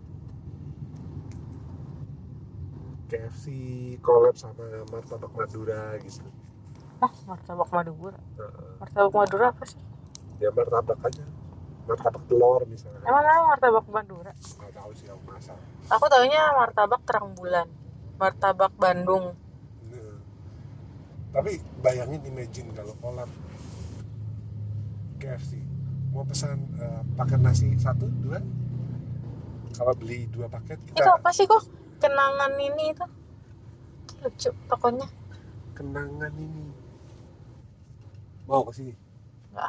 KFC collab sama Martabak Madura gitu. Martabak Madura. Heeh. Martabak Madura apa sih? Ya martabak aja, martabak telur misalnya. Emang nama martabak Madura? Nggak tahu sih aku masak. Aku taunya martabak terang bulan. Martabak Bandung. Nah, tapi bayangin, imagine kalau collab KFC mau pesan paket nasi 1, 2, kalau beli 2 paket Itu kita apa sih kok? Kenangan ini itu. Lucu tokonya. kenangan ini. Mau ke sini? Enggak.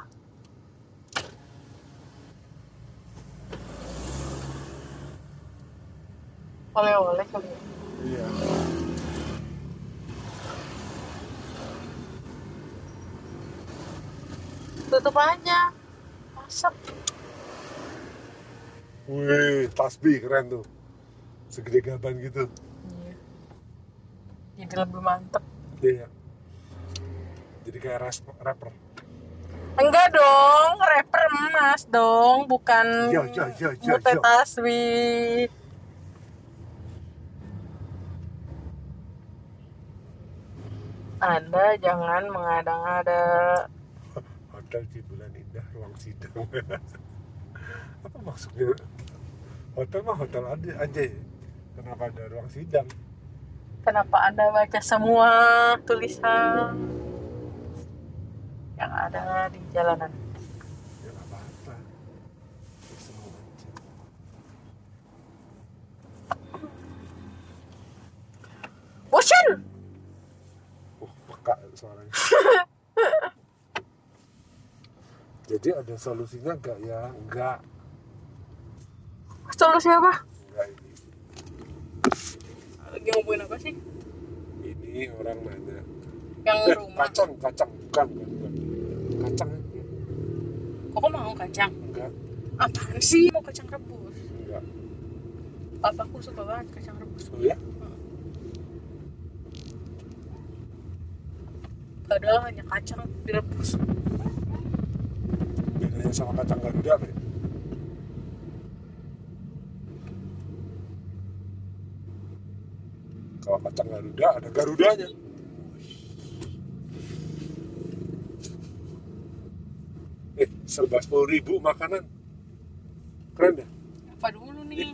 Oleh-oleh kali ya. Iya. Tutup aja. Masuk. Wih, tasbih keren tuh, segede gaban gitu. Iya. Jadi lebih mantep. Iya. Jadi kayak rapper. Enggak dong, rapper emas dong, bukan Yo. Butet Tasbih. Anda jangan mengada-ngada. Hotel Cibulan Indah ruang sidang. Apa maksudnya? Hotel mah hotel aja ya. Kenapa ada ruang sidang? Kenapa Anda baca semua tulisan yang ada di jalanan? Ya nggak apa-apa. Seru aja. Bosan! Peka suaranya. Jadi ada solusinya nggak ya? Enggak. Solusi apa? Enggak ini. Lagi ngomongin apa sih? Ini orang nanya. Yang rumah. Kacang. Bukan. Kacang. Kok mau kacang? Enggak. Apaan sih? Mau kacang rebus? Enggak. Papaku suka banget kacang rebus. Oh ya? Padahal hanya kacang direbus. Bedanya sama kacang Garuda apa ya? Kalau kacang Garuda ada Garudanya. Serba 10.000 makanan. Keren ya? Apa dulu nih?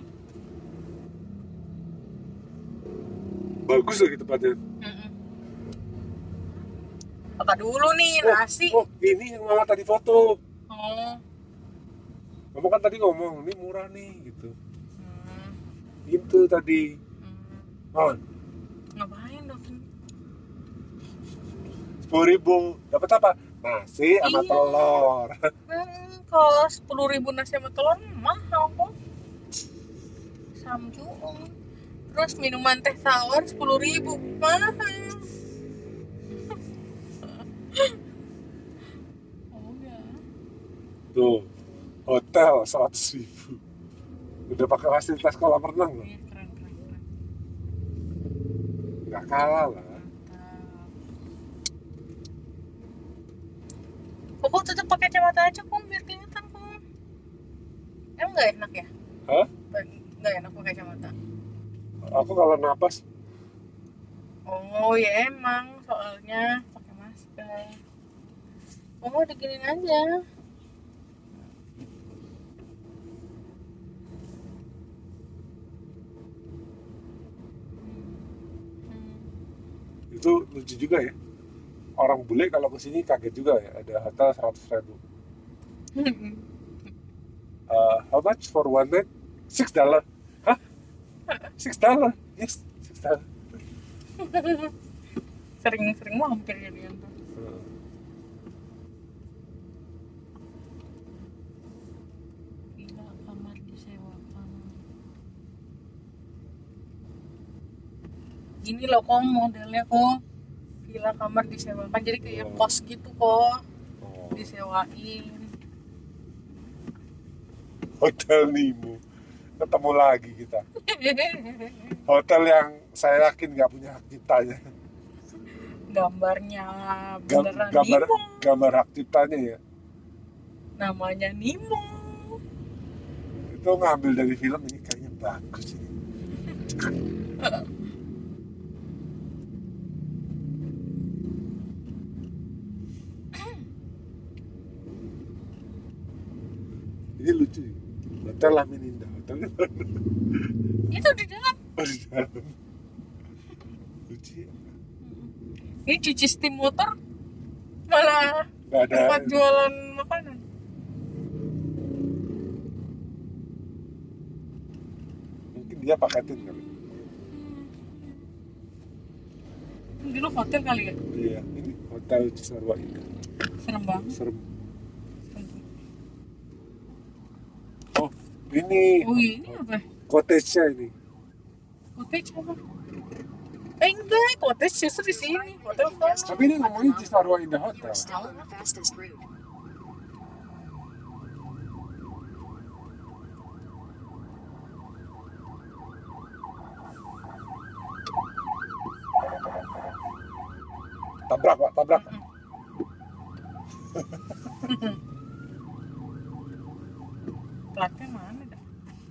Bagus lagi tempatnya. Apa dulu nih nasi? Oh, ini yang mama tadi foto. Oh. Mama kan tadi ngomong, ini murah nih gitu. Itu tadi. Oh, Ngapain dong? 10.000 dapat apa? Nasi sama Iya. telur. Kalau 10.000 nasi sama telur mahal kok. Samjuung. Terus minuman teh tawar 10.000 mahal. Oh enggak. Tuh, hotel 100.000. Udah pakai fasilitas kolam renang loh. Iya, keren. Nggak kalah lah. Kok tetap pakai kacamata aja kok biar kelihatan kok. Emang nggak enak ya? Hah? Nggak enak pakai kacamata. Aku kalau napas, Oh ya emang soalnya pakai masker. Mau diginin aja. itu lucu juga ya. Orang bule kalau kesini kaget juga ya. Ada hotel 100.000. How much for one night? $6. Hah? $6? Yes, $6. Sering mampir jadian tuh. Gila, kamar disewakan. Gini loh kok modelnya kok. Gila, kamar disewakan. Jadi kayak kos gitu kok. Disewain. Hotel Nemo. Ketemu lagi kita. Hotel yang saya yakin nggak punya hak ciptanya. Gambarnya beneran Nemo. Gambar hak ciptanya ya. Namanya Nemo. Itu ngambil dari film ini kayaknya bagus ini. Ini lucu. Hotel Lamin Indah. Hotelnya mana? Itu di dalam. Oh, di dalam. Lucu ya. Ini cuci steam motor malah Nggak ada. tempat jualan makanan. Mungkin dia paketin kali. Dulu hotel kali ya. Iya, ini Hotel Cisarua Indah. Serem banget. Serem. Oh, ini. Oh ini apa? Cottage-nya ini. Cottage apa? Enggak, cottage justru di sini. Hotel apa? Tapi ini ngomongin Cisarua Indah You Hotel. are still on the fastest route. Tabrak, Pak, tabrak. Platnya mana dah?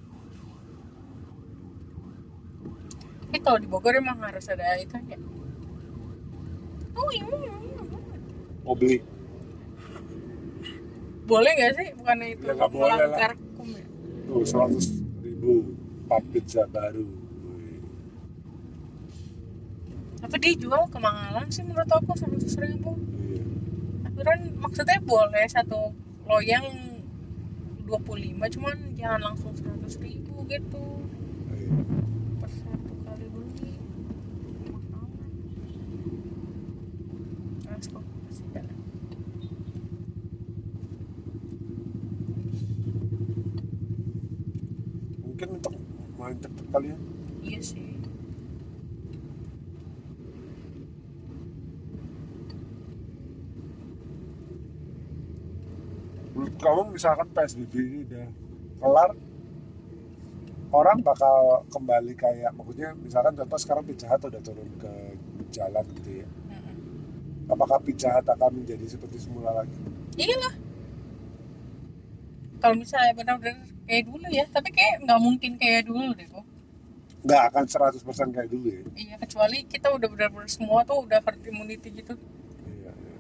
Kalau di Bogor emang harus ada itu ya. Oh iya. Mau beli. Boleh nggak sih? Bukannya itu Ya, nggak boleh lah. melanggar hukum ya? Tuh, 100.000 pap pizza baru. Wih. Tapi dia jual kemahalan sih menurut aku 100.000. Iya. Tapi kan maksudnya boleh satu loyang 25, cuman jangan langsung 100.000 gitu Iya. per satu kali beli. Mahalan. Terus kok masih jalan. Mungkin untuk main cepet kali ya. Iya sih. Menurut kamu misalkan PSBB ini udah kelar, orang bakal kembali kayak, maksudnya misalkan contoh sekarang Pizza Hut udah turun ke jalan gitu ya. Apakah Pizza Hut akan menjadi seperti semula lagi? Iya lah. Kalau misalnya benar-benar kayak dulu ya, tapi kayak nggak mungkin kayak dulu deh kok. Nggak akan 100% kayak dulu ya. Iya, kecuali kita udah benar-benar semua tuh udah herd immunity gitu. Iya, iya.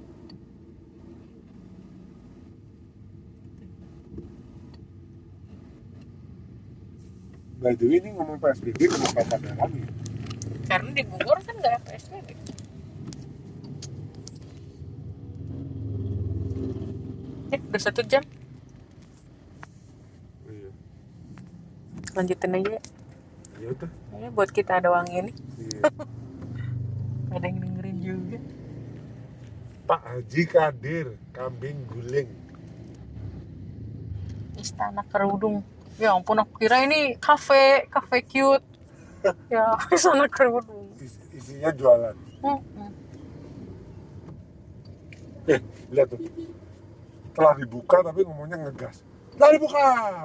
By the way, ini ngomong PSBB kenapa pada rame? Karena di Bogor kan nggak PSBB. Udah 1 jam. Iya. Lanjutin aja. Ya udah. Ya, buat kita doang ini. Iya. Ada yang dengerin juga. Pak Haji Kadir, kambing guling. Istana Kerudung. Ya ampun, aku kira ini kafe cute. Ya, Istana Kerudung. Isinya jualan. Lihat tuh. Telah dibuka tapi ngomongnya ngegas. Telah dibuka.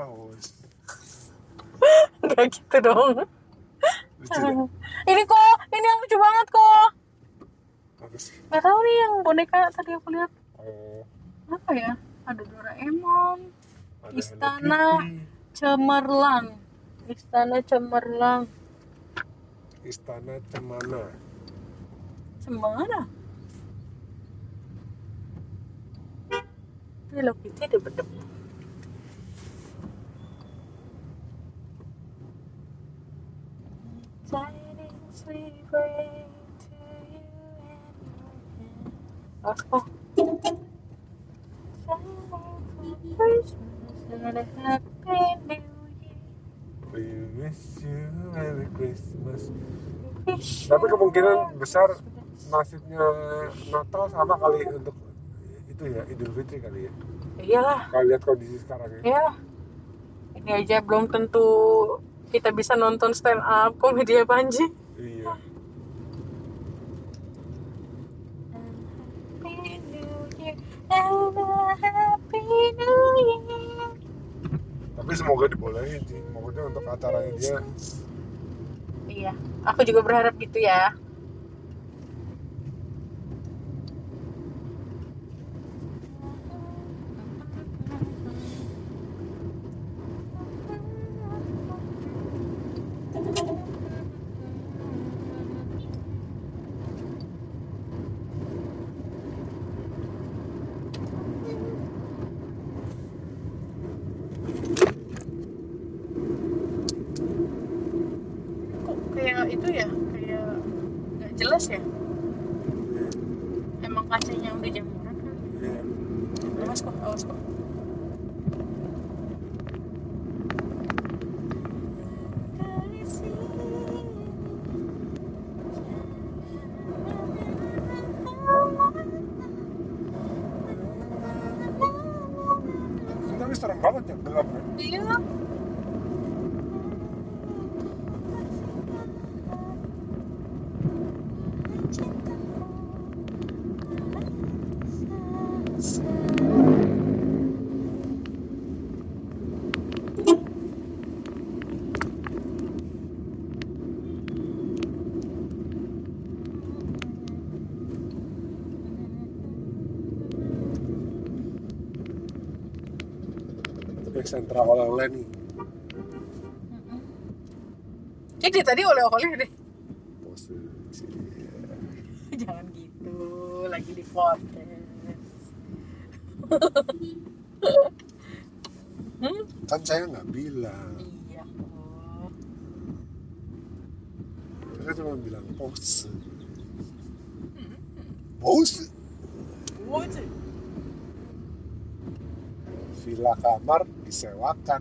Gak gitu dong. Lucu deh. Ini kok, ini yang lucu banget kok. Apa sih? Gak tahu nih yang boneka tadi aku lihat. Oh, Apa ya? Ada Doraemon. ada Istana Hello Kitty. Cemerlang. Istana Cemerlang. Istana Cemana. Semana? Hello Kitty debu-debu. Oh. We wish you Merry Christmas. Tapi kemungkinan besar nasibnya Natal sama kali untuk itu ya, Idul Fitri kali ya. Iyalah, Kalau lihat kondisi sekarang ya. ya. Ini aja belum tentu kita bisa nonton stand up komedi Panji. Iya. Tapi semoga dibolehin sih. Maksudnya untuk acaranya dia. Iya, aku juga berharap gitu ya. Kok kayak itu ya, kayak nggak jelas ya. Emang kacanya udah jamuran kan? Iya. Awas kok, awas kok. Tapi serem banget ya, gelap ya. Iya. Sentra oleh-oleh nih. Jadi tadi oleh-oleh deh. Posisi. Jangan gitu, lagi di podcast. Kan saya nggak bilang. Iya kok. Mereka cuma bilang pose. Hmm. Pose. What? Villa kamar disewakan.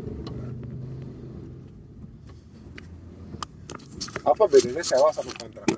Apa bedanya sewa sama kontrak?